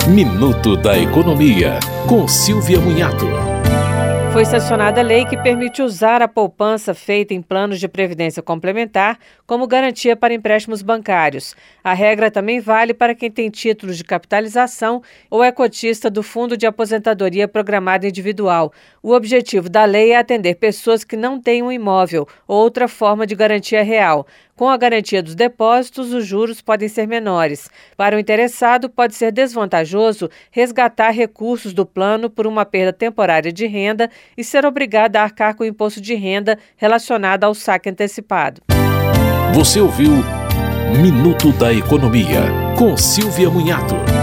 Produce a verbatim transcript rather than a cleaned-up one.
Minuto da Economia, com Silvia Munhato. Foi sancionada a lei que permite usar a poupança feita em planos de previdência complementar como garantia para empréstimos bancários. A regra também vale para quem tem títulos de capitalização ou é cotista do Fundo de Aposentadoria Programada Individual. O objetivo da lei é atender pessoas que não têm um imóvel ou outra forma de garantia real. Com a garantia dos depósitos, os juros podem ser menores. Para o interessado, pode ser desvantajoso resgatar recursos do plano por uma perda temporária de renda e ser obrigado a arcar com o imposto de renda relacionado ao saque antecipado. Você ouviu Minuto da Economia, com Silvia Munhato.